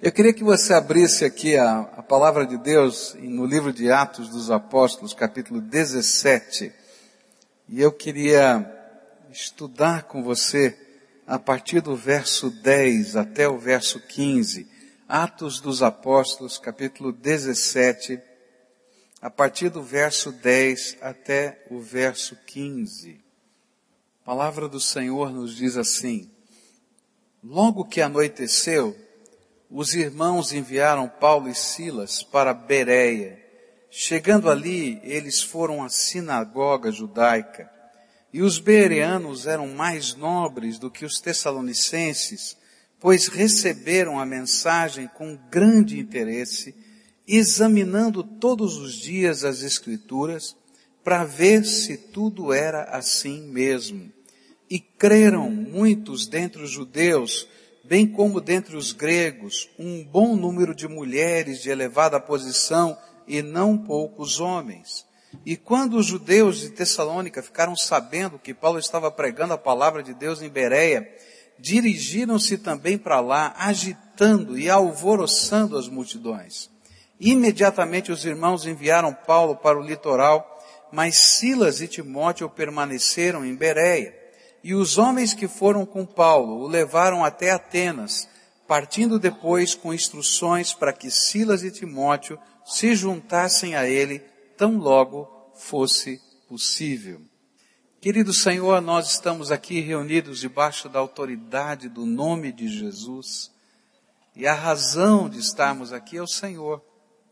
Eu queria que você abrisse aqui a palavra de Deus no livro de Atos dos Apóstolos, capítulo 17. E eu queria estudar com você a partir do verso 10 até o verso 15. Atos dos Apóstolos, capítulo 17, a partir do verso 10 até o verso 15. A palavra do Senhor nos diz assim: Logo que anoiteceu, os irmãos enviaram Paulo e Silas para Bereia. Chegando ali, eles foram à sinagoga judaica. E os bereanos eram mais nobres do que os tessalonicenses, pois receberam a mensagem com grande interesse, examinando todos os dias as Escrituras, para ver se tudo era assim mesmo. E creram muitos dentre os judeus, bem como dentre os gregos, um bom número de mulheres de elevada posição e não poucos homens. E quando os judeus de Tessalônica ficaram sabendo que Paulo estava pregando a palavra de Deus em Bereia, dirigiram-se também para lá, agitando e alvoroçando as multidões. Imediatamente os irmãos enviaram Paulo para o litoral, mas Silas e Timóteo permaneceram em Bereia. E os homens que foram com Paulo o levaram até Atenas, partindo depois com instruções para que Silas e Timóteo se juntassem a ele tão logo fosse possível. Querido Senhor, nós estamos aqui reunidos debaixo da autoridade do nome de Jesus, e a razão de estarmos aqui é o Senhor.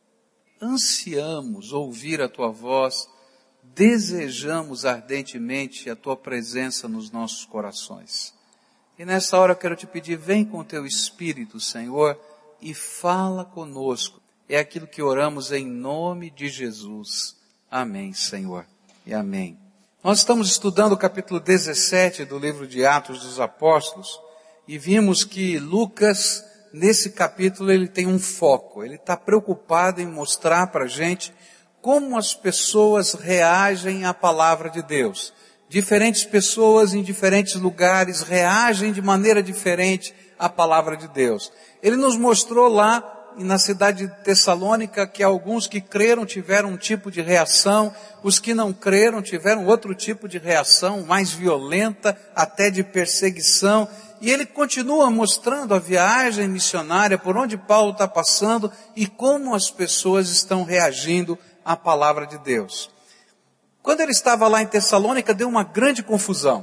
Ansiamos ouvir a Tua voz, desejamos ardentemente a Tua presença nos nossos corações. E nessa hora eu quero te pedir, vem com o Teu Espírito, Senhor, e fala conosco. É aquilo que oramos em nome de Jesus. Amém, Senhor. E amém. Nós estamos estudando o capítulo 17 do livro de Atos dos Apóstolos e vimos que Lucas, nesse capítulo, ele tem um foco. Ele está preocupado em mostrar para a gente como as pessoas reagem à palavra de Deus. Diferentes pessoas em diferentes lugares reagem de maneira diferente à palavra de Deus. Ele nos mostrou lá na cidade de Tessalônica que alguns que creram tiveram um tipo de reação, os que não creram tiveram outro tipo de reação, mais violenta, até de perseguição. E ele continua mostrando a viagem missionária, por onde Paulo está passando e como as pessoas estão reagindo à palavra de Deus. Quando ele estava lá em Tessalônica, deu uma grande confusão.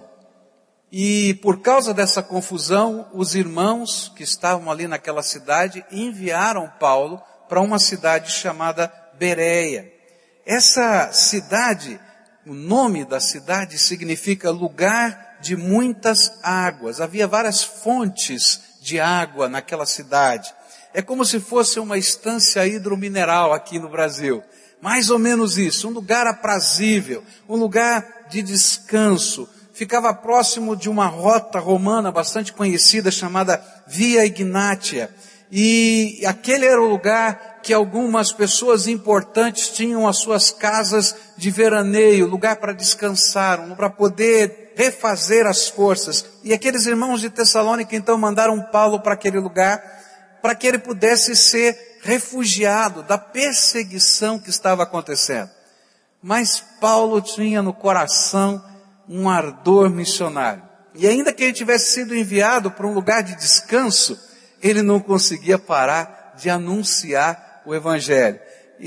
E por causa dessa confusão, os irmãos que estavam ali naquela cidade enviaram Paulo para uma cidade chamada Bereia. Essa cidade, o nome da cidade significa lugar de muitas águas. Havia várias fontes de água naquela cidade. É como se fosse uma estância hidromineral aqui no Brasil. Mais ou menos isso, um lugar aprazível, um lugar de descanso. Ficava próximo de uma rota romana bastante conhecida chamada Via Ignatia. E aquele era o lugar que algumas pessoas importantes tinham as suas casas de veraneio, lugar para descansar, para poder refazer as forças. E aqueles irmãos de Tessalônica então mandaram Paulo para aquele lugar, para que ele pudesse ser refugiado da perseguição que estava acontecendo. Mas Paulo tinha no coração um ardor missionário. E ainda que ele tivesse sido enviado para um lugar de descanso, ele não conseguia parar de anunciar o Evangelho.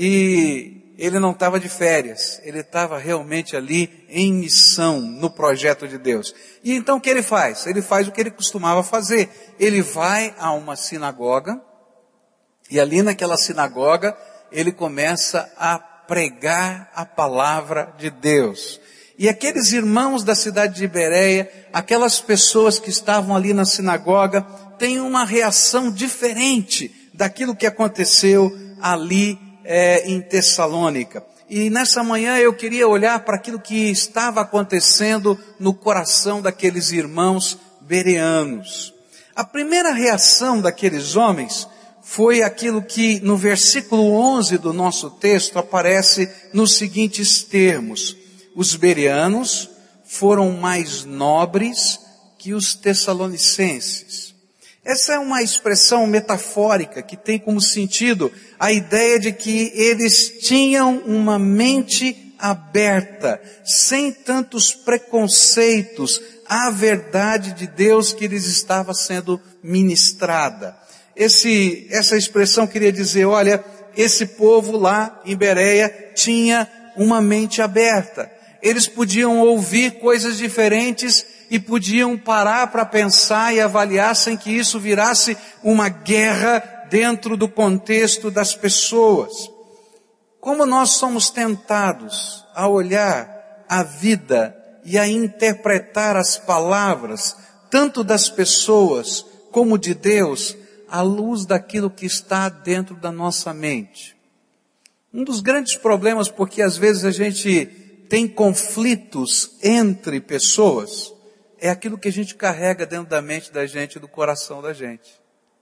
E ele não estava de férias, ele estava realmente ali em missão no projeto de Deus. E então o que ele faz? Ele faz o que ele costumava fazer. Ele vai a uma sinagoga, e ali naquela sinagoga ele começa a pregar a palavra de Deus. E aqueles irmãos da cidade de Bereia, aquelas pessoas que estavam ali na sinagoga, têm uma reação diferente daquilo que aconteceu ali em Tessalônica. E nessa manhã eu queria olhar para aquilo que estava acontecendo no coração daqueles irmãos bereanos. A primeira reação daqueles homens foi aquilo que no versículo 11 do nosso texto aparece nos seguintes termos: os bereanos foram mais nobres que os tessalonicenses. Essa é uma expressão metafórica que tem como sentido a ideia de que eles tinham uma mente aberta, sem tantos preconceitos, à verdade de Deus que lhes estava sendo ministrada. Essa expressão queria dizer, olha, esse povo lá em Bereia tinha uma mente aberta. Eles podiam ouvir coisas diferentes e podiam parar para pensar e avaliar sem que isso virasse uma guerra dentro do contexto das pessoas. Como nós somos tentados a olhar a vida e a interpretar as palavras, tanto das pessoas como de Deus, à luz daquilo que está dentro da nossa mente. Um dos grandes problemas, porque às vezes a gente tem conflitos entre pessoas, é aquilo que a gente carrega dentro da mente da gente e do coração da gente.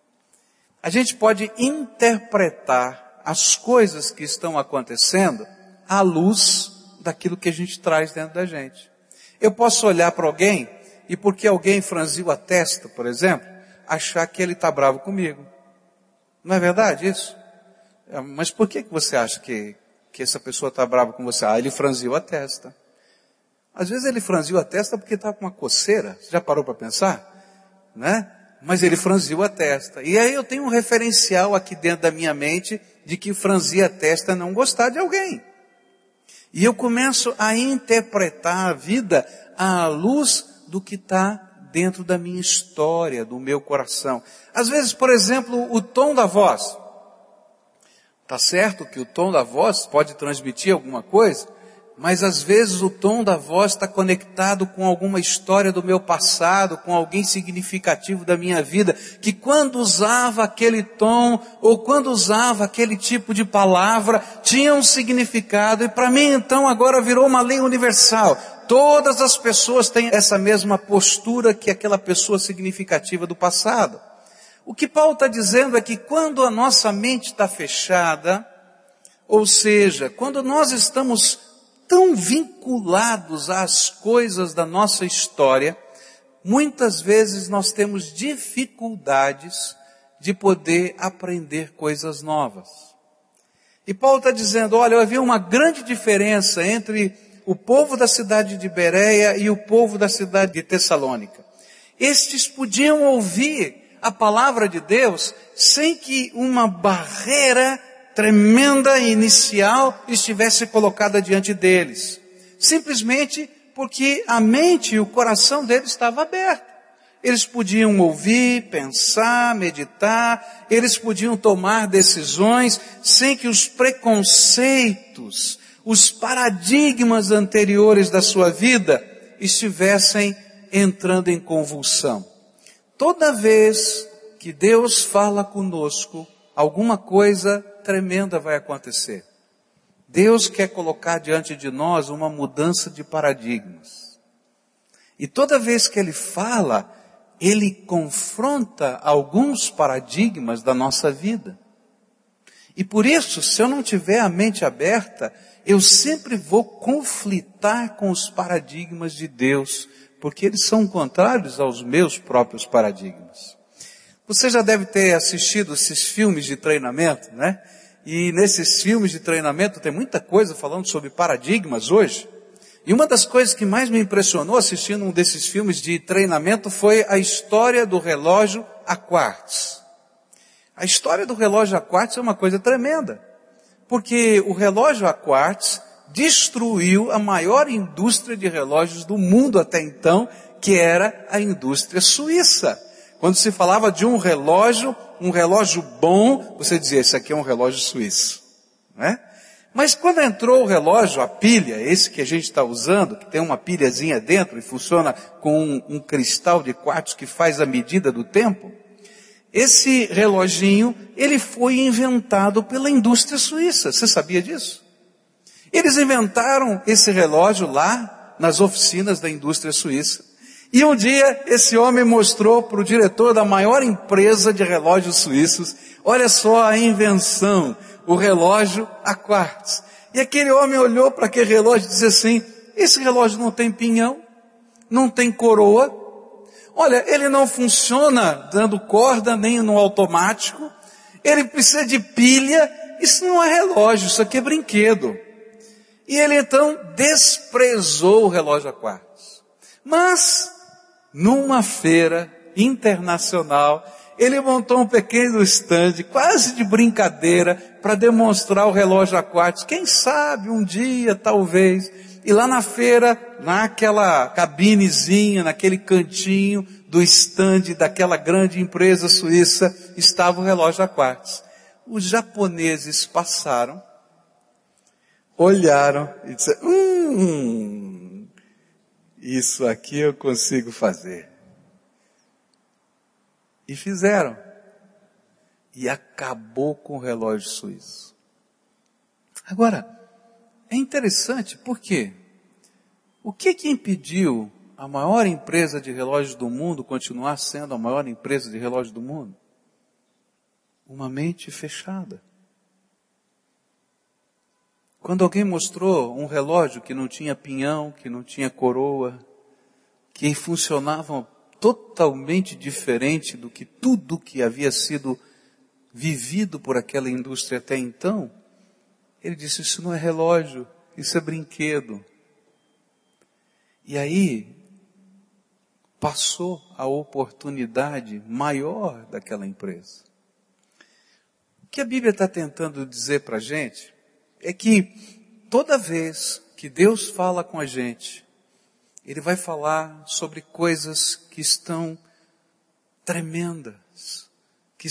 A gente pode interpretar as coisas que estão acontecendo à luz daquilo que a gente traz dentro da gente. Eu posso olhar para alguém e porque alguém franziu a testa, por exemplo, achar que ele está bravo comigo. Não é verdade isso? Mas por que você acha que essa pessoa está brava com você? Ah, ele franziu a testa. Às vezes ele franziu a testa porque estava com uma coceira. Você já parou para pensar? Né? Mas ele franziu a testa. E aí eu tenho um referencial aqui dentro da minha mente de que franzir a testa é não gostar de alguém. E eu começo a interpretar a vida à luz do que está dentro da minha história, do meu coração. Às vezes, por exemplo, o tom da voz. Tá certo que o tom da voz pode transmitir alguma coisa, mas às vezes o tom da voz está conectado com alguma história do meu passado, com alguém significativo da minha vida, que quando usava aquele tom, ou quando usava aquele tipo de palavra, tinha um significado, e para mim então agora virou uma lei universal. Todas as pessoas têm essa mesma postura que aquela pessoa significativa do passado. O que Paulo está dizendo é que quando a nossa mente está fechada, ou seja, quando nós estamos tão vinculados às coisas da nossa história, muitas vezes nós temos dificuldades de poder aprender coisas novas. E Paulo está dizendo, olha, havia uma grande diferença entre o povo da cidade de Bereia e o povo da cidade de Tessalônica. Estes podiam ouvir a palavra de Deus sem que uma barreira tremenda inicial estivesse colocada diante deles. Simplesmente porque a mente e o coração deles estavam abertos. Eles podiam ouvir, pensar, meditar, eles podiam tomar decisões sem que os preconceitos, os paradigmas anteriores da sua vida estivessem entrando em convulsão. Toda vez que Deus fala conosco, alguma coisa tremenda vai acontecer. Deus quer colocar diante de nós uma mudança de paradigmas. E toda vez que Ele fala, Ele confronta alguns paradigmas da nossa vida. E por isso, se eu não tiver a mente aberta, eu sempre vou conflitar com os paradigmas de Deus, porque eles são contrários aos meus próprios paradigmas. Você já deve ter assistido esses filmes de treinamento, né? E nesses filmes de treinamento tem muita coisa falando sobre paradigmas hoje. E uma das coisas que mais me impressionou assistindo um desses filmes de treinamento foi a história do relógio a quartz. A história do relógio a quartz é uma coisa tremenda. Porque o relógio a quartz destruiu a maior indústria de relógios do mundo até então, que era a indústria suíça. Quando se falava de um relógio bom, você dizia, esse aqui é um relógio suíço, né? Mas quando entrou o relógio, a pilha, esse que a gente está usando, que tem uma pilhazinha dentro e funciona com um cristal de quartzo que faz a medida do tempo, esse reloginho, ele foi inventado pela indústria suíça. Você sabia disso? Eles inventaram esse relógio lá nas oficinas da indústria suíça. E um dia esse homem mostrou para o diretor da maior empresa de relógios suíços, olha só a invenção, o relógio a quartzo. E aquele homem olhou para aquele relógio e disse assim, esse relógio não tem pinhão, não tem coroa. Olha, ele não funciona dando corda nem no automático, ele precisa de pilha, isso não é relógio, isso aqui é brinquedo. E ele então desprezou o relógio a quartzo. Mas, numa feira internacional, ele montou um pequeno stand, quase de brincadeira, para demonstrar o relógio a quartzo. Quem sabe um dia, talvez. E lá na feira, naquela cabinezinha, naquele cantinho do stand daquela grande empresa suíça, estava o relógio a quartzo. Os japoneses passaram, olharam e disseram, isso aqui eu consigo fazer. E fizeram. E acabou com o relógio suíço. Agora, é interessante, por quê? O que impediu a maior empresa de relógios do mundo continuar sendo a maior empresa de relógios do mundo? Uma mente fechada. Quando alguém mostrou um relógio que não tinha pinhão, que não tinha coroa, que funcionava totalmente diferente do que tudo que havia sido vivido por aquela indústria até então, ele disse, isso não é relógio, isso é brinquedo. E aí, passou a oportunidade maior daquela empresa. O que a Bíblia está tentando dizer para a gente é que toda vez que Deus fala com a gente, Ele vai falar sobre coisas que estão tremendas, que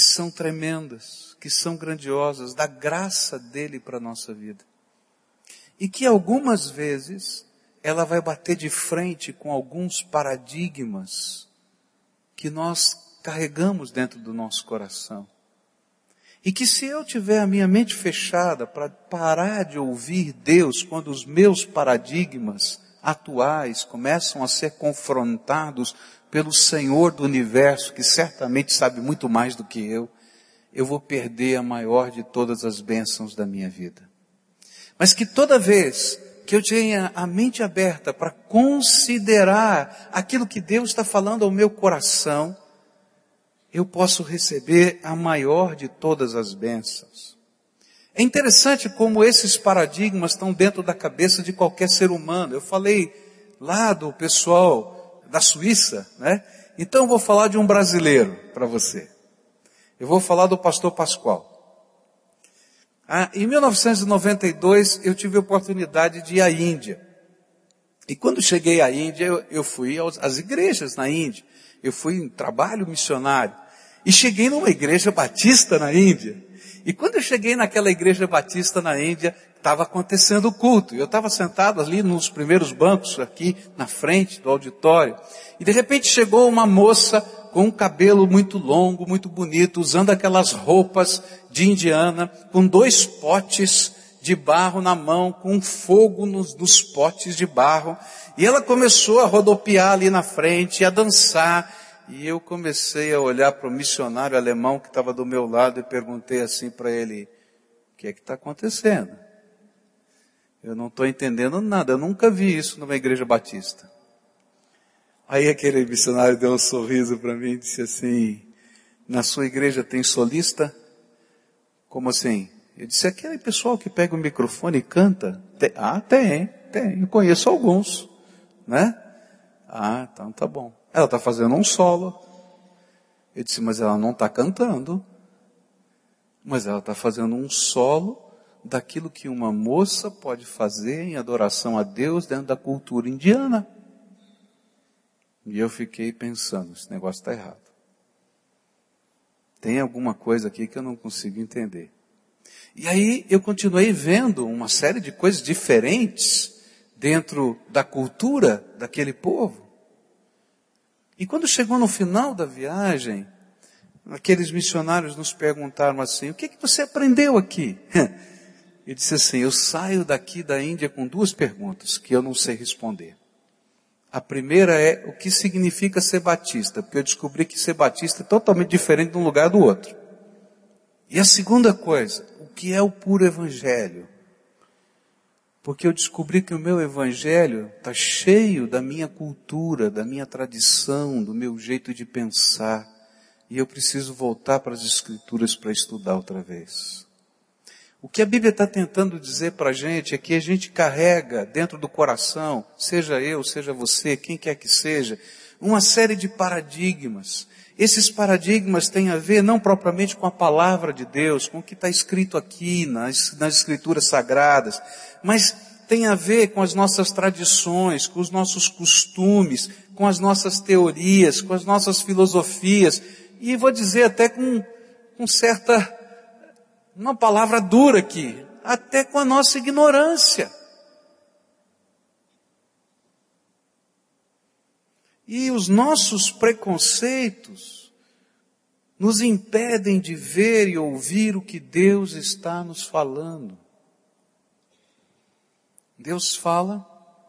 são grandiosas, da graça dEle para a nossa vida. E que algumas vezes ela vai bater de frente com alguns paradigmas que nós carregamos dentro do nosso coração. E que se eu tiver a minha mente fechada para parar de ouvir Deus quando os meus paradigmas atuais começam a ser confrontados pelo Senhor do universo, que certamente sabe muito mais do que eu vou perder a maior de todas as bênçãos da minha vida. Mas que toda vez que eu tenha a mente aberta para considerar aquilo que Deus está falando ao meu coração, eu posso receber a maior de todas as bênçãos. É interessante como esses paradigmas estão dentro da cabeça de qualquer ser humano. Eu falei lá do pessoal da Suíça, né? Então eu vou falar de um brasileiro para você. Eu vou falar do pastor Pascoal. Em 1992 eu tive a oportunidade de ir à Índia. E quando cheguei à Índia, eu fui às igrejas na Índia. Eu fui em trabalho missionário. E cheguei numa igreja batista na Índia. E quando eu cheguei naquela igreja batista na Índia, estava acontecendo o culto. Eu estava sentado ali nos primeiros bancos, aqui na frente do auditório. E de repente chegou uma moça com um cabelo muito longo, muito bonito, usando aquelas roupas de indiana, com 2 potes de barro na mão, com um fogo nos potes de barro. E ela começou a rodopiar ali na frente, a dançar. E eu comecei a olhar para o missionário alemão que estava do meu lado e perguntei assim para ele, o que é que está acontecendo? Eu não estou entendendo nada, eu nunca vi isso numa igreja batista. Aí aquele missionário deu um sorriso para mim e disse assim, na sua igreja tem solista? Como assim? Eu disse, aquele pessoal que pega o microfone e canta? Tem, eu conheço alguns, né? Então tá bom. Ela está fazendo um solo. Eu disse, mas ela não está cantando. Mas ela está fazendo um solo daquilo que uma moça pode fazer em adoração a Deus dentro da cultura indiana. E eu fiquei pensando, esse negócio está errado. Tem alguma coisa aqui que eu não consigo entender. E aí eu continuei vendo uma série de coisas diferentes dentro da cultura daquele povo. E quando chegou no final da viagem, aqueles missionários nos perguntaram assim, o que você aprendeu aqui? Eu disse assim, eu saio daqui da Índia com 2 perguntas que eu não sei responder. A primeira é, o que significa ser batista? Porque eu descobri que ser batista é totalmente diferente de um lugar do outro. E a segunda coisa, o que é o puro evangelho? Porque eu descobri que o meu evangelho está cheio da minha cultura, da minha tradição, do meu jeito de pensar. E eu preciso voltar para as Escrituras para estudar outra vez. O que a Bíblia está tentando dizer para a gente é que a gente carrega dentro do coração, seja eu, seja você, quem quer que seja, uma série de paradigmas. Esses paradigmas têm a ver não propriamente com a palavra de Deus, com o que está escrito aqui nas Escrituras Sagradas, mas tem a ver com as nossas tradições, com os nossos costumes, com as nossas teorias, com as nossas filosofias, e vou dizer até com certa, uma palavra dura aqui, até com a nossa ignorância. E os nossos preconceitos nos impedem de ver e ouvir o que Deus está nos falando. Deus fala,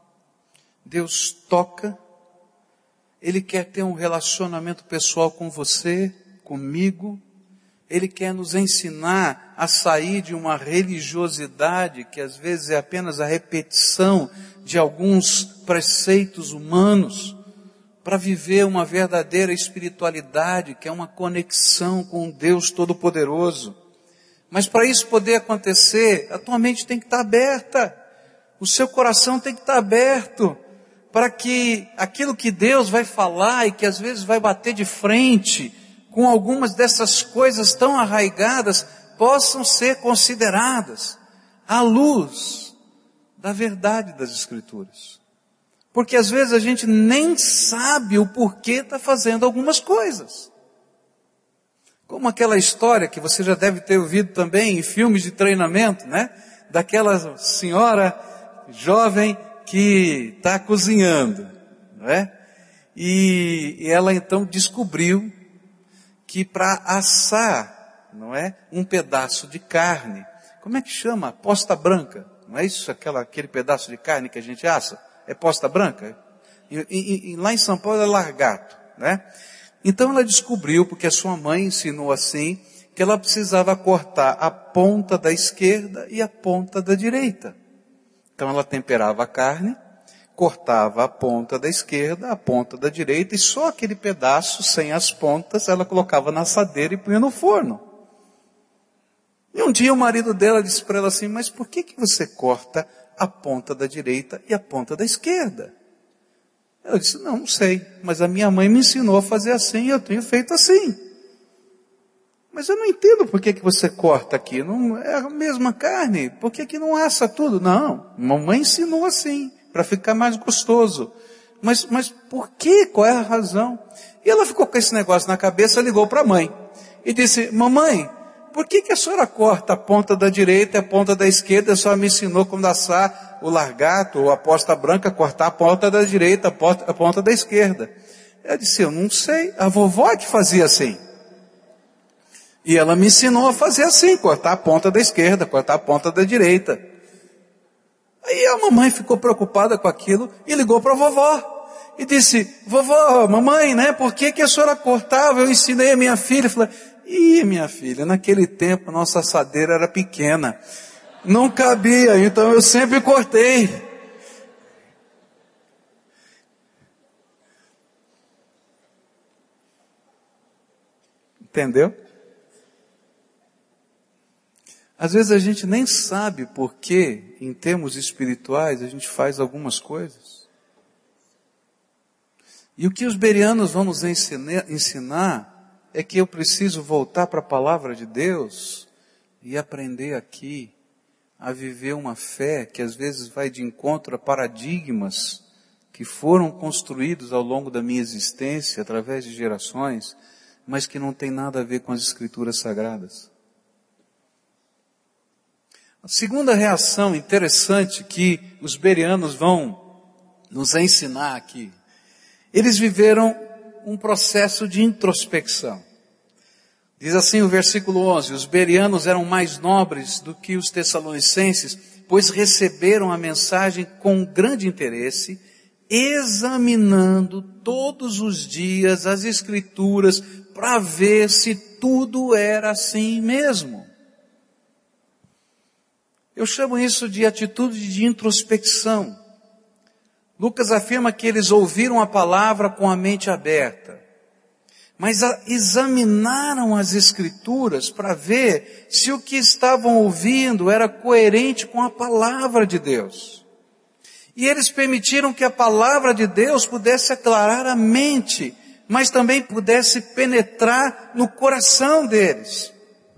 Deus toca, Ele quer ter um relacionamento pessoal com você, comigo. Ele quer nos ensinar a sair de uma religiosidade que às vezes é apenas a repetição de alguns preceitos humanos, para viver uma verdadeira espiritualidade, que é uma conexão com Deus Todo-Poderoso. Mas para isso poder acontecer, a tua mente tem que estar aberta, o seu coração tem que estar aberto, para que aquilo que Deus vai falar e que às vezes vai bater de frente com algumas dessas coisas tão arraigadas, possam ser consideradas à luz da verdade das Escrituras. Porque às vezes a gente nem sabe o porquê está fazendo algumas coisas. Como aquela história que você já deve ter ouvido também em filmes de treinamento, né? Daquela senhora jovem que está cozinhando, não é? E ela então descobriu que para assar, não é? Um pedaço de carne, como é que chama? Posta branca, não é isso? Aquele pedaço de carne que a gente assa? É posta branca? E lá em São Paulo é largato, né? Então ela descobriu, porque a sua mãe ensinou assim, que ela precisava cortar a ponta da esquerda e a ponta da direita. Então ela temperava a carne, cortava a ponta da esquerda, a ponta da direita, e só aquele pedaço, sem as pontas, ela colocava na assadeira e punha no forno. E um dia o marido dela disse para ela assim, mas por que você corta a ponta da direita e a ponta da esquerda? Ela disse, não sei, mas a minha mãe me ensinou a fazer assim e eu tenho feito assim. Mas eu não entendo por que você corta aqui, não é a mesma carne, por que não assa tudo? Não, mamãe ensinou assim, para ficar mais gostoso. Mas por quê? Qual é a razão? E ela ficou com esse negócio na cabeça, ligou para a mãe e disse, mamãe, por que a senhora corta a ponta da direita e a ponta da esquerda? A senhora me ensinou quando assar o largato ou a posta branca, cortar a ponta da direita, a ponta da esquerda. Ela disse, eu não sei, a vovó que fazia assim. E ela me ensinou a fazer assim, cortar a ponta da esquerda, cortar a ponta da direita. Aí a mamãe ficou preocupada com aquilo e ligou para a vovó. E disse, vovó, mamãe, né, por que a senhora cortava? Eu ensinei a minha filha. Eu falei, minha filha, naquele tempo nossa assadeira era pequena. Não cabia, então eu sempre cortei. Entendeu? Às vezes a gente nem sabe por que, em termos espirituais, a gente faz algumas coisas. E o que os bereanos vão nos ensinar é que eu preciso voltar para a palavra de Deus e aprender aqui a viver uma fé que às vezes vai de encontro a paradigmas que foram construídos ao longo da minha existência, através de gerações, mas que não tem nada a ver com as Escrituras Sagradas. A segunda reação interessante que os bereanos vão nos ensinar aqui, eles viveram um processo de introspecção. Diz assim o versículo 11, os bereanos eram mais nobres do que os tessalonicenses, pois receberam a mensagem com grande interesse, examinando todos os dias as Escrituras para ver se tudo era assim mesmo. Eu chamo isso de atitude de introspecção. Lucas afirma que eles ouviram a palavra com a mente aberta, mas examinaram as Escrituras para ver se o que estavam ouvindo era coerente com a palavra de Deus. E eles permitiram que a palavra de Deus pudesse aclarar a mente, mas também pudesse penetrar no coração deles.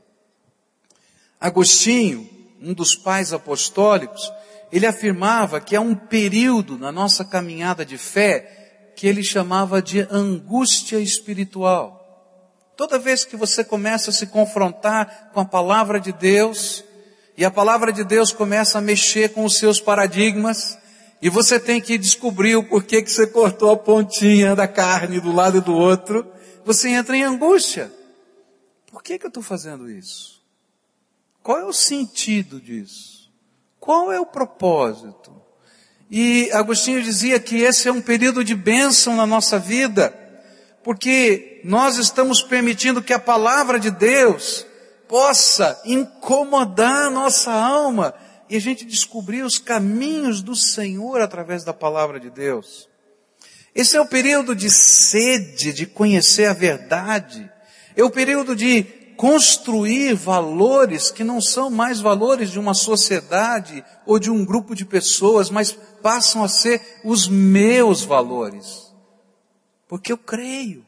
Agostinho, um dos pais apostólicos, ele afirmava que há um período na nossa caminhada de fé que ele chamava de angústia espiritual. Toda vez que você começa a se confrontar com a palavra de Deus, e a palavra de Deus começa a mexer com os seus paradigmas, e você tem que descobrir o porquê que você cortou a pontinha da carne do lado e do outro, você entra em angústia. Por que eu estou fazendo isso? Qual é o sentido disso? Qual é o propósito? E Agostinho dizia que esse é um período de bênção na nossa vida, porque nós estamos permitindo que a palavra de Deus possa incomodar a nossa alma e a gente descobrir os caminhos do Senhor através da palavra de Deus. Esse é o período de sede, de conhecer a verdade. É o período de construir valores que não são mais valores de uma sociedade ou de um grupo de pessoas, mas passam a ser os meus valores. Porque eu creio.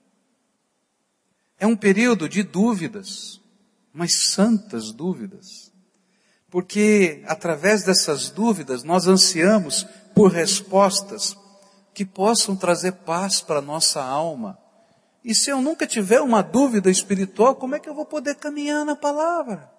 É um período de dúvidas, mas santas dúvidas. Porque através dessas dúvidas nós ansiamos por respostas que possam trazer paz para a nossa alma. E se eu nunca tiver uma dúvida espiritual, como é que eu vou poder caminhar na palavra?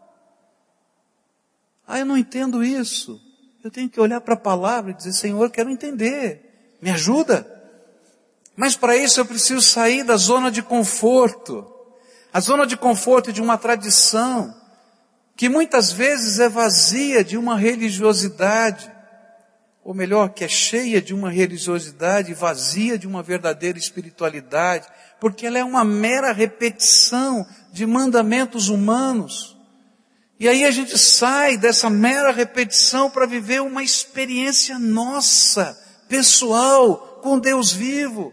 Eu não entendo isso. Eu tenho que olhar para a palavra e dizer, Senhor, eu quero entender. Me ajuda. Mas para isso eu preciso sair da zona de conforto. A zona de conforto de uma tradição que muitas vezes é vazia de uma religiosidade. Ou melhor, que é cheia de uma religiosidade vazia de uma verdadeira espiritualidade, porque ela é uma mera repetição de mandamentos humanos. E aí a gente sai dessa mera repetição para viver uma experiência nossa, pessoal, com Deus vivo.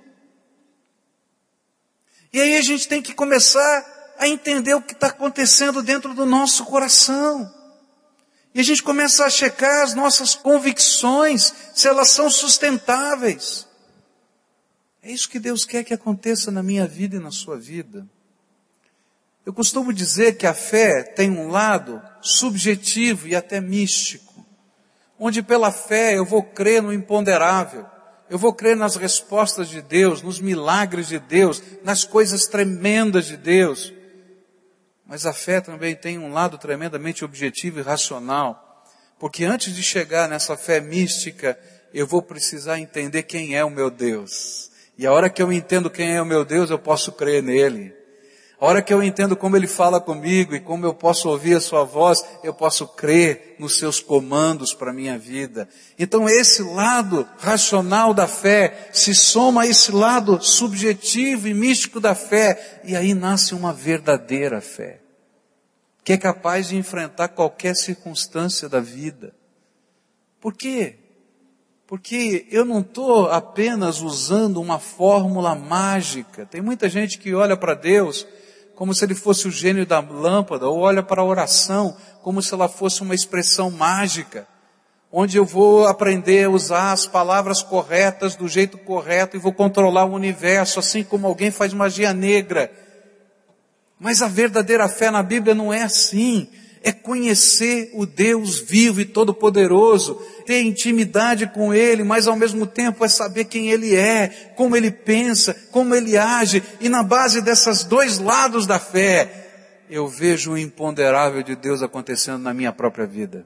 E aí a gente tem que começar a entender o que está acontecendo dentro do nosso coração. E a gente começa a checar as nossas convicções, se elas são sustentáveis. É isso que Deus quer que aconteça na minha vida e na sua vida. Eu costumo dizer que a fé tem um lado subjetivo e até místico, onde pela fé eu vou crer no imponderável, eu vou crer nas respostas de Deus, nos milagres de Deus, nas coisas tremendas de Deus. Mas a fé também tem um lado tremendamente objetivo e racional. Porque antes de chegar nessa fé mística, eu vou precisar entender quem é o meu Deus. E a hora que eu entendo quem é o meu Deus, eu posso crer nele. A hora que eu entendo como ele fala comigo e como eu posso ouvir a sua voz, eu posso crer nos seus comandos para a minha vida. Então esse lado racional da fé se soma a esse lado subjetivo e místico da fé, e aí nasce uma verdadeira fé, que é capaz de enfrentar qualquer circunstância da vida. Por quê? Porque eu não estou apenas usando uma fórmula mágica. Tem muita gente que olha para Deus como se ele fosse o gênio da lâmpada, ou olha para a oração como se ela fosse uma expressão mágica, onde eu vou aprender a usar as palavras corretas do jeito correto e vou controlar o universo, assim como alguém faz magia negra. Mas a verdadeira fé na Bíblia não é assim. É conhecer o Deus vivo e todo-poderoso, ter intimidade com Ele, mas ao mesmo tempo é saber quem Ele é, como Ele pensa, como Ele age. E na base desses dois lados da fé, eu vejo o imponderável de Deus acontecendo na minha própria vida.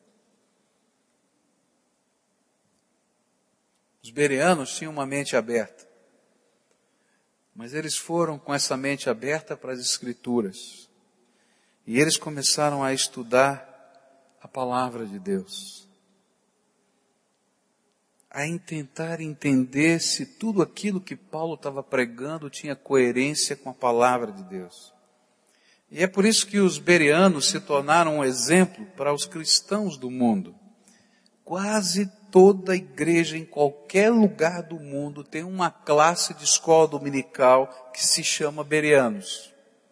Os bereanos tinham uma mente aberta. Mas eles foram com essa mente aberta para as Escrituras. E eles começaram a estudar a palavra de Deus. A tentar entender se tudo aquilo que Paulo estava pregando tinha coerência com a palavra de Deus. E é por isso que os bereanos se tornaram um exemplo para os cristãos do mundo. Quase toda igreja em qualquer lugar do mundo tem uma classe de escola dominical que se chama bereanos.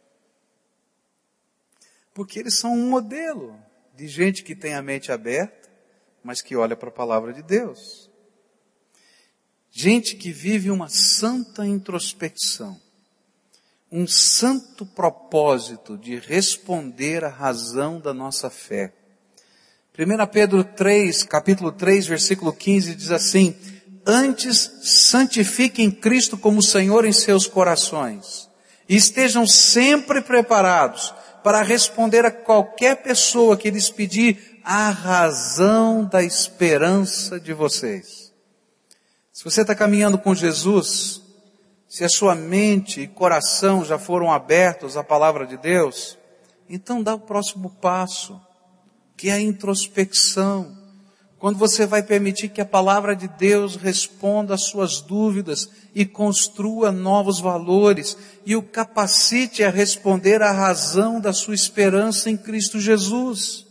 Porque eles são um modelo de gente que tem a mente aberta, mas que olha para a palavra de Deus. Gente que vive uma santa introspecção, um santo propósito de responder à razão da nossa fé. 1 Pedro 3, capítulo 3, versículo 15 diz assim: antes santifiquem Cristo como Senhor em seus corações e estejam sempre preparados para responder a qualquer pessoa que lhes pedir a razão da esperança de vocês. Se você está caminhando com Jesus, se a sua mente e coração já foram abertos à palavra de Deus, então dá o próximo passo, que é a introspecção. Quando você vai permitir que a palavra de Deus responda às suas dúvidas e construa novos valores e o capacite a responder à razão da sua esperança em Cristo Jesus.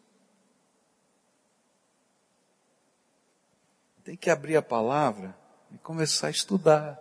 Tem que abrir a palavra e começar a estudar.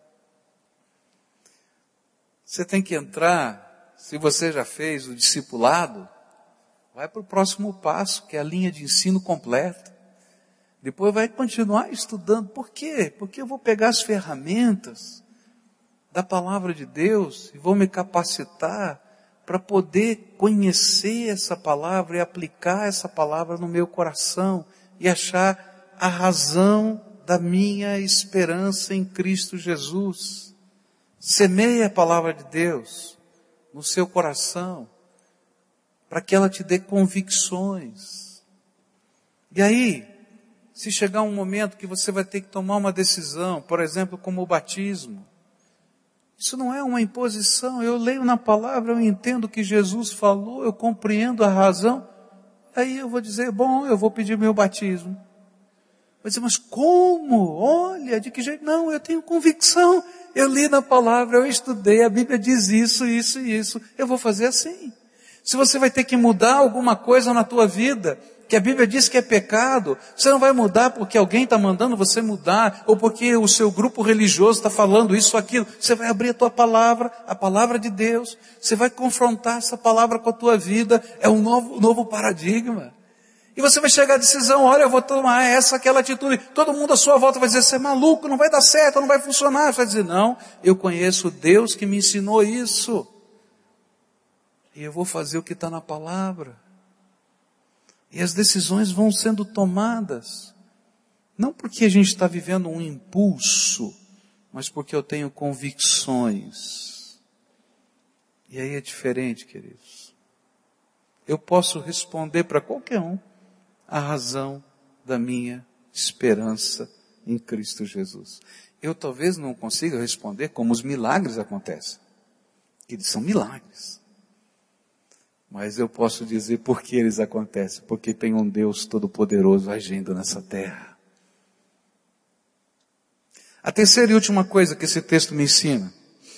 Você tem que entrar, se você já fez o discipulado, vai para o próximo passo, que é a linha de ensino completa. Depois vai continuar estudando. Por quê? Porque eu vou pegar as ferramentas da palavra de Deus e vou me capacitar para poder conhecer essa palavra e aplicar essa palavra no meu coração e achar a razão da minha esperança em Cristo Jesus. Semeie a palavra de Deus no seu coração, para que ela te dê convicções. E aí, se chegar um momento que você vai ter que tomar uma decisão, por exemplo, como o batismo, isso não é uma imposição. Eu leio na palavra, eu entendo o que Jesus falou, eu compreendo a razão, aí eu vou dizer, bom, eu vou pedir meu batismo. Vai dizer, mas como? Olha, de que jeito? Não, eu tenho convicção. Eu li na palavra, eu estudei, a Bíblia diz isso, isso e isso. Eu vou fazer assim. Se você vai ter que mudar alguma coisa na tua vida, que a Bíblia diz que é pecado, você não vai mudar porque alguém está mandando você mudar, ou porque o seu grupo religioso está falando isso ou aquilo. Você vai abrir a palavra de Deus, você vai confrontar essa palavra com a tua vida, é um novo paradigma. E você vai chegar à decisão, olha, eu vou tomar aquela atitude. Todo mundo à sua volta vai dizer, você é maluco, não vai dar certo, não vai funcionar. Você vai dizer, não, eu conheço Deus que me ensinou isso. E eu vou fazer o que está na palavra. E as decisões vão sendo tomadas. Não porque a gente está vivendo um impulso, mas porque eu tenho convicções. E aí é diferente, queridos. Eu posso responder para qualquer um a razão da minha esperança em Cristo Jesus. Eu talvez não consiga responder como os milagres acontecem. Eles são milagres. Mas eu posso dizer por que eles acontecem. Porque tem um Deus Todo-Poderoso agindo nessa terra. A terceira e última coisa que esse texto me ensina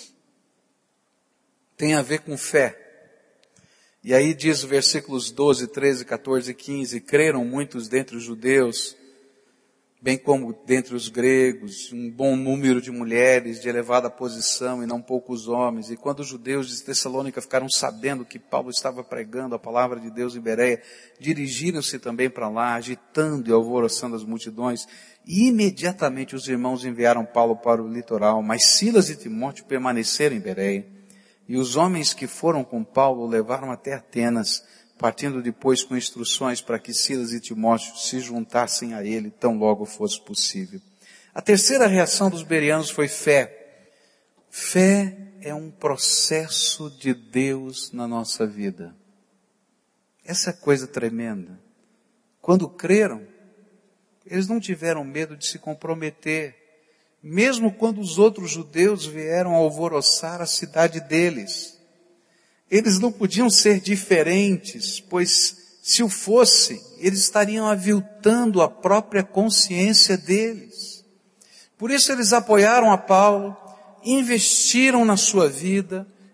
tem a ver com fé. E aí diz os versículos 12, 13, 14 e 15, creram muitos dentre os judeus, bem como dentre os gregos, um bom número de mulheres de elevada posição e não poucos homens. E quando os judeus de Tessalônica ficaram sabendo que Paulo estava pregando a palavra de Deus em Bereia, dirigiram-se também para lá, agitando e alvoroçando as multidões. E imediatamente os irmãos enviaram Paulo para o litoral, mas Silas e Timóteo permaneceram em Bereia. E os homens que foram com Paulo levaram até Atenas, partindo depois com instruções para que Silas e Timóteo se juntassem a ele tão logo fosse possível. A terceira reação dos bereanos foi fé. Fé é um processo de Deus na nossa vida. Essa é coisa tremenda. Quando creram, eles não tiveram medo de se comprometer. Mesmo quando os outros judeus vieram alvoroçar a cidade deles. Eles não podiam ser diferentes, pois se o fossem, eles estariam aviltando a própria consciência deles. Por isso eles apoiaram a Paulo, investiram na sua vida,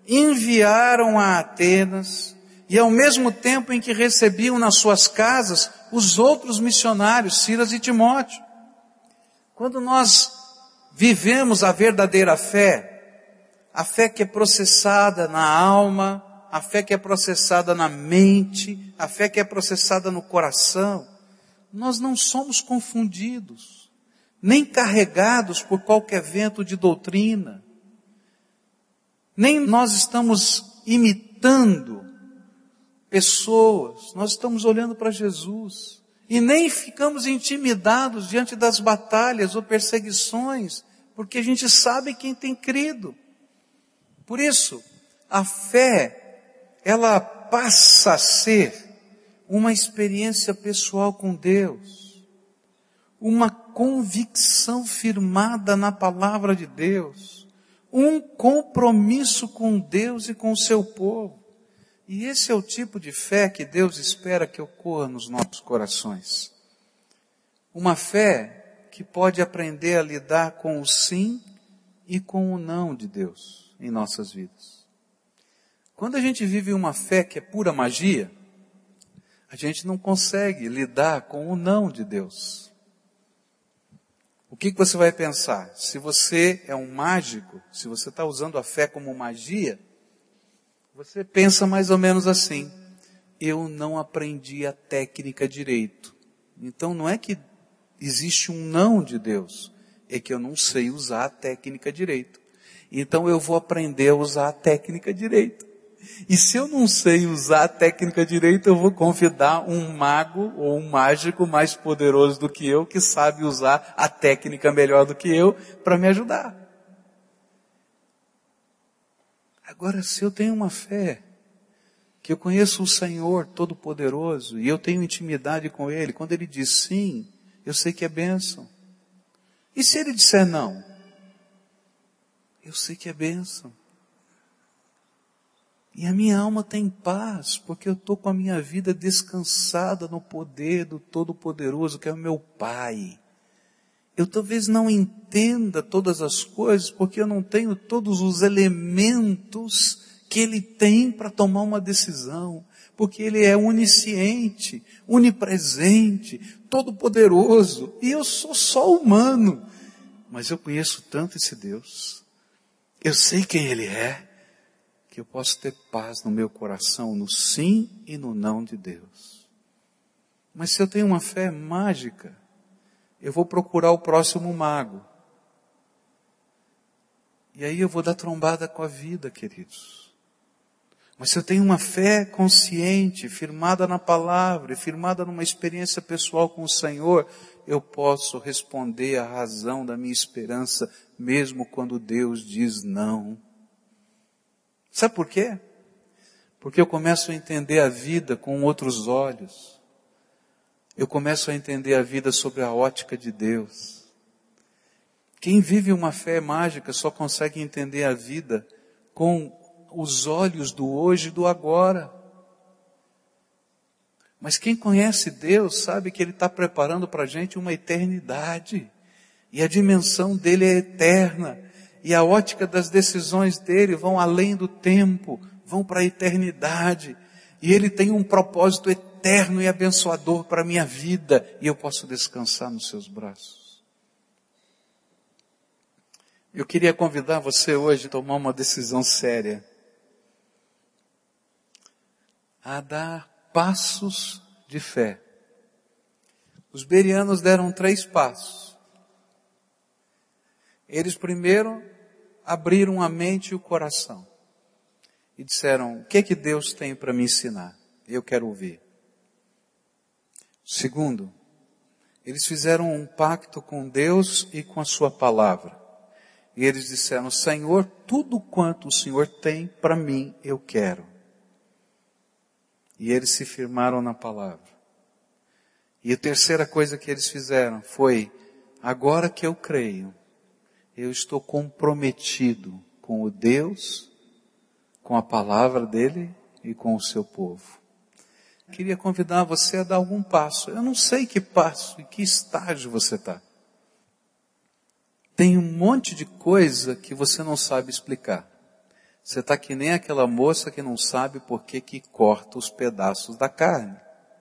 enviaram a Atenas, e ao mesmo tempo em que recebiam nas suas casas os outros missionários, Silas e Timóteo. Quando nós vivemos a verdadeira fé, a fé que é processada na alma, a fé que é processada na mente, a fé que é processada no coração, nós não somos confundidos, nem carregados por qualquer vento de doutrina, nem nós estamos imitando pessoas, nós estamos olhando para Jesus, e nem ficamos intimidados diante das batalhas ou perseguições, porque a gente sabe quem tem crido. Por isso, a fé, ela passa a ser uma experiência pessoal com Deus, uma convicção firmada na palavra de Deus, um compromisso com Deus e com o seu povo. E esse é o tipo de fé que Deus espera que ocorra nos nossos corações. Uma fé que pode aprender a lidar com o sim e com o não de Deus em nossas vidas. Quando a gente vive uma fé que é pura magia, a gente não consegue lidar com o não de Deus. O que você vai pensar? Se você é um mágico, se você está usando a fé como magia, você pensa mais ou menos assim: eu não aprendi a técnica direito. Então não é que existe um não de Deus, é que eu não sei usar a técnica direito. Então eu vou aprender a usar a técnica direito. E se eu não sei usar a técnica direito, eu vou convidar um mago ou um mágico mais poderoso do que eu, que sabe usar a técnica melhor do que eu, para me ajudar. Agora, se eu tenho uma fé, que eu conheço o Senhor Todo-Poderoso, e eu tenho intimidade com Ele, quando Ele diz sim, eu sei que é bênção. E se Ele disser não? Eu sei que é bênção. E a minha alma tem paz, porque eu estou com a minha vida descansada no poder do Todo-Poderoso, que é o meu Pai. Eu talvez não entenda todas as coisas, porque eu não tenho todos os elementos que Ele tem para tomar uma decisão, porque Ele é onisciente, onipresente, todo-poderoso, e eu sou só humano, mas eu conheço tanto esse Deus, eu sei quem Ele é, que eu posso ter paz no meu coração, no sim e no não de Deus. Mas se eu tenho uma fé mágica, eu vou procurar o próximo mago. E aí eu vou dar trombada com a vida, queridos. Mas se eu tenho uma fé consciente, firmada na palavra, e firmada numa experiência pessoal com o Senhor, eu posso responder à razão da minha esperança, mesmo quando Deus diz não. Sabe por quê? Porque eu começo a entender a vida com outros olhos. Eu começo a entender a vida sobre a ótica de Deus. Quem vive uma fé mágica só consegue entender a vida com os olhos do hoje e do agora. Mas quem conhece Deus sabe que Ele está preparando para a gente uma eternidade. E a dimensão dEle é eterna. E a ótica das decisões dEle vão além do tempo, vão para a eternidade. E Ele tem um propósito eterno e abençoador para a minha vida. E eu posso descansar nos seus braços. Eu queria convidar você hoje a tomar uma decisão séria. A dar passos de fé. Os bereanos deram 3 passos. Eles primeiro abriram a mente e o coração. E disseram: o que é que Deus tem para me ensinar? Eu quero ouvir. Segundo, eles fizeram um pacto com Deus e com a sua palavra. E eles disseram: Senhor, tudo quanto o Senhor tem para mim, eu quero. E eles se firmaram na palavra. E a terceira coisa que eles fizeram foi: agora que eu creio, eu estou comprometido com o Deus, com a palavra dele e com o seu povo. Queria convidar você a dar algum passo. Eu não sei que passo, em que estágio você está. Tem um monte de coisa que você não sabe explicar. Você está que nem aquela moça que não sabe por que corta os pedaços da carne.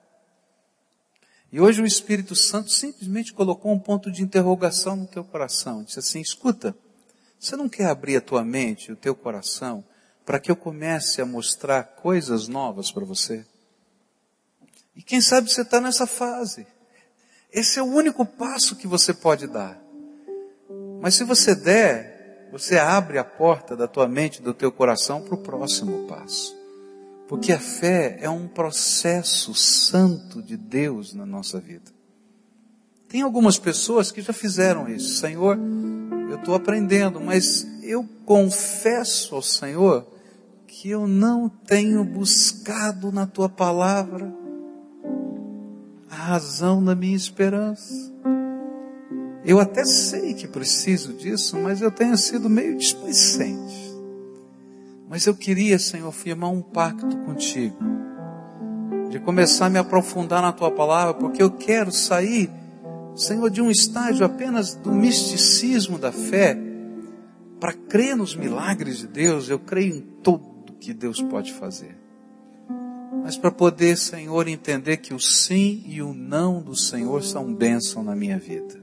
E hoje o Espírito Santo simplesmente colocou um ponto de interrogação no teu coração. Disse assim, escuta, você não quer abrir a tua mente, o teu coração, para que eu comece a mostrar coisas novas para você? E quem sabe você está nessa fase. Esse é o único passo que você pode dar. Mas se você der, você abre a porta da tua mente, do teu coração para o próximo passo. Porque a fé é um processo santo de Deus na nossa vida. Tem algumas pessoas que já fizeram isso. Senhor, eu estou aprendendo, mas eu confesso ao Senhor que eu não tenho buscado na tua palavra a razão da minha esperança. Eu até sei que preciso disso, mas eu tenho sido meio displicente. Mas eu queria, Senhor, firmar um pacto contigo, de começar a me aprofundar na tua palavra, porque eu quero sair, Senhor, de um estágio apenas do misticismo da fé, para crer nos milagres de Deus. Eu creio em tudo que Deus pode fazer. Mas para poder, Senhor, entender que o sim e o não do Senhor são bênção na minha vida.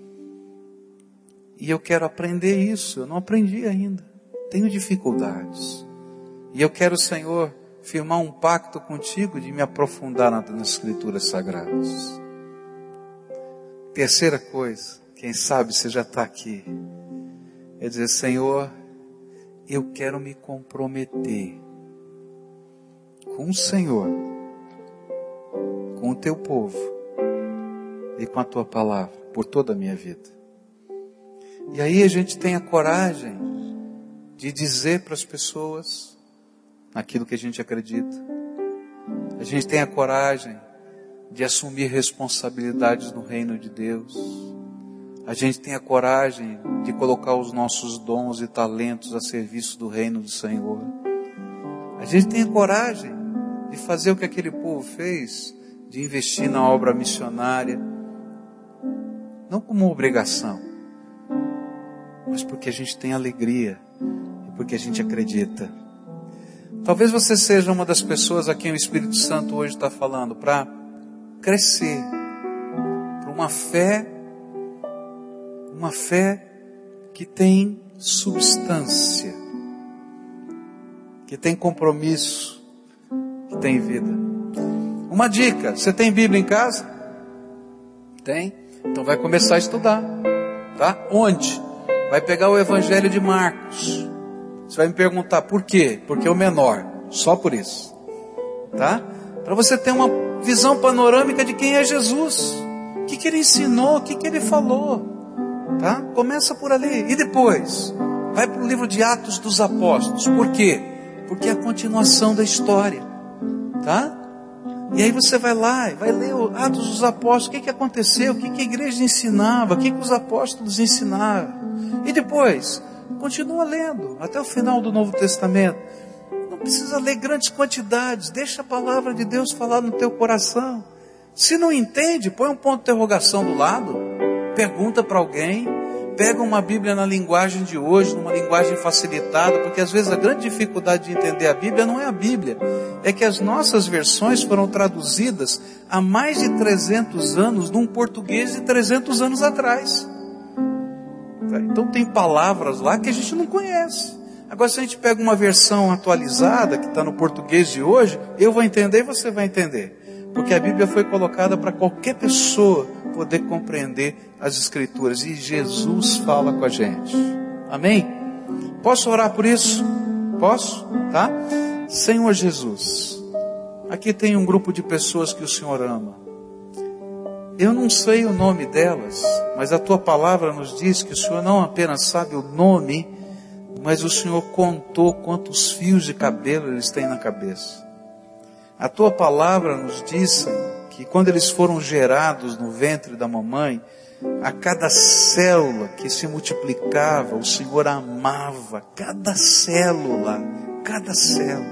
E eu quero aprender isso, eu não aprendi ainda. Tenho dificuldades. E eu quero, Senhor, firmar um pacto contigo de me aprofundar nas Escrituras Sagradas. Terceira coisa, quem sabe você já está aqui, é dizer, Senhor, eu quero me comprometer com o Senhor, com o teu povo e com a tua palavra por toda a minha vida. E aí a gente tem a coragem de dizer para as pessoas aquilo que a gente acredita. A gente tem a coragem de assumir responsabilidades no reino de Deus. A gente tem a coragem de colocar os nossos dons e talentos a serviço do reino do Senhor. A gente tem a coragem de fazer o que aquele povo fez, de investir na obra missionária, não como obrigação, mas porque a gente tem alegria e porque a gente acredita. Talvez você seja uma das pessoas a quem o Espírito Santo hoje está falando para crescer para uma fé que tem substância, que tem compromisso, que tem vida. Uma dica, você tem Bíblia em casa? Tem? Então vai começar a estudar, tá? Onde? Vai pegar o Evangelho de Marcos. Você vai me perguntar por quê? Porque é o menor, só por isso, tá? Para você ter uma visão panorâmica de quem é Jesus, o que ele ensinou, o que ele falou, tá? Começa por ali, e depois vai para o livro de Atos dos Apóstolos. Por quê? Porque é a continuação da história, tá? E aí você vai lá e vai ler o Atos dos Apóstolos, o que aconteceu, o que a igreja ensinava, o que os apóstolos ensinavam. E depois, continua lendo até o final do Novo Testamento. Não precisa ler grandes quantidades, deixa a palavra de Deus falar no teu coração. Se não entende, põe um ponto de interrogação do lado, pergunta para alguém, pega uma Bíblia na linguagem de hoje, numa linguagem facilitada, porque às vezes a grande dificuldade de entender a Bíblia não é a Bíblia, é que as nossas versões foram traduzidas há mais de 300 anos num português de 300 anos atrás. Então tem palavras lá que a gente não conhece. Agora se a gente pega uma versão atualizada, que está no português de hoje, eu vou entender e você vai entender. Porque a Bíblia foi colocada para qualquer pessoa poder compreender as Escrituras. E Jesus fala com a gente. Amém? Posso orar por isso? Posso? Tá? Senhor Jesus, aqui tem um grupo de pessoas que o Senhor ama. Eu não sei o nome delas, mas a tua palavra nos diz que o Senhor não apenas sabe o nome, mas o Senhor contou quantos fios de cabelo eles têm na cabeça. A tua palavra nos diz que quando eles foram gerados no ventre da mamãe, a cada célula que se multiplicava, o Senhor amava cada célula, cada célula.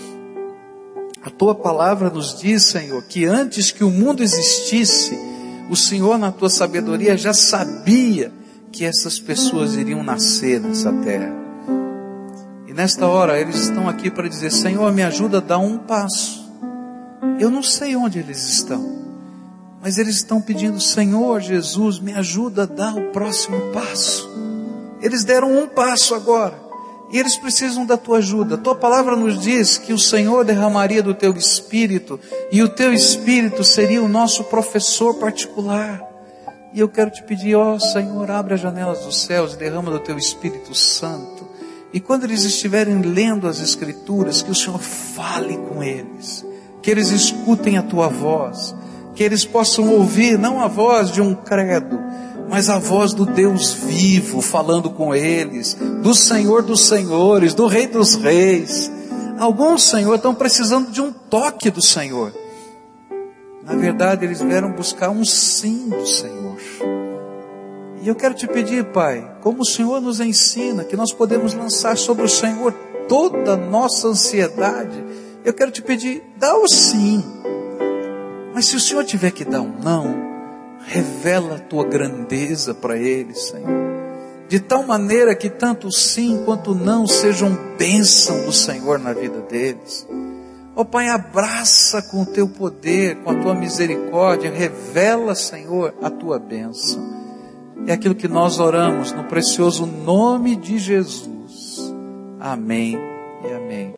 A tua palavra nos diz, Senhor, que antes que o mundo existisse, o Senhor, na tua sabedoria, já sabia que essas pessoas iriam nascer nessa terra. E nesta hora eles estão aqui para dizer: Senhor, me ajuda a dar um passo. Eu não sei onde eles estão, mas eles estão pedindo: Senhor Jesus, me ajuda a dar o próximo passo. Eles deram um passo agora, e eles precisam da tua ajuda. A tua palavra nos diz que o Senhor derramaria do teu Espírito, e o teu Espírito seria o nosso professor particular. E eu quero te pedir, ó Senhor, abre as janelas dos céus e derrama do teu Espírito Santo. E quando eles estiverem lendo as Escrituras, que o Senhor fale com eles, que eles escutem a tua voz, que eles possam ouvir não a voz de um credo, mas a voz do Deus vivo falando com eles, do Senhor dos senhores, do Rei dos reis. Alguns, Senhor, estão precisando de um toque do Senhor. Na verdade, eles vieram buscar um sim do Senhor. E eu quero te pedir, Pai, como o Senhor nos ensina, que nós podemos lançar sobre o Senhor toda a nossa ansiedade. Eu quero te pedir, dá o sim. Mas se o Senhor tiver que dar um não, revela a tua grandeza para eles, Senhor. De tal maneira que tanto o sim quanto o não sejam bênção do Senhor na vida deles. Ó Pai, abraça com o teu poder, com a tua misericórdia, revela, Senhor, a tua bênção. É aquilo que nós oramos no precioso nome de Jesus. Amém e amém.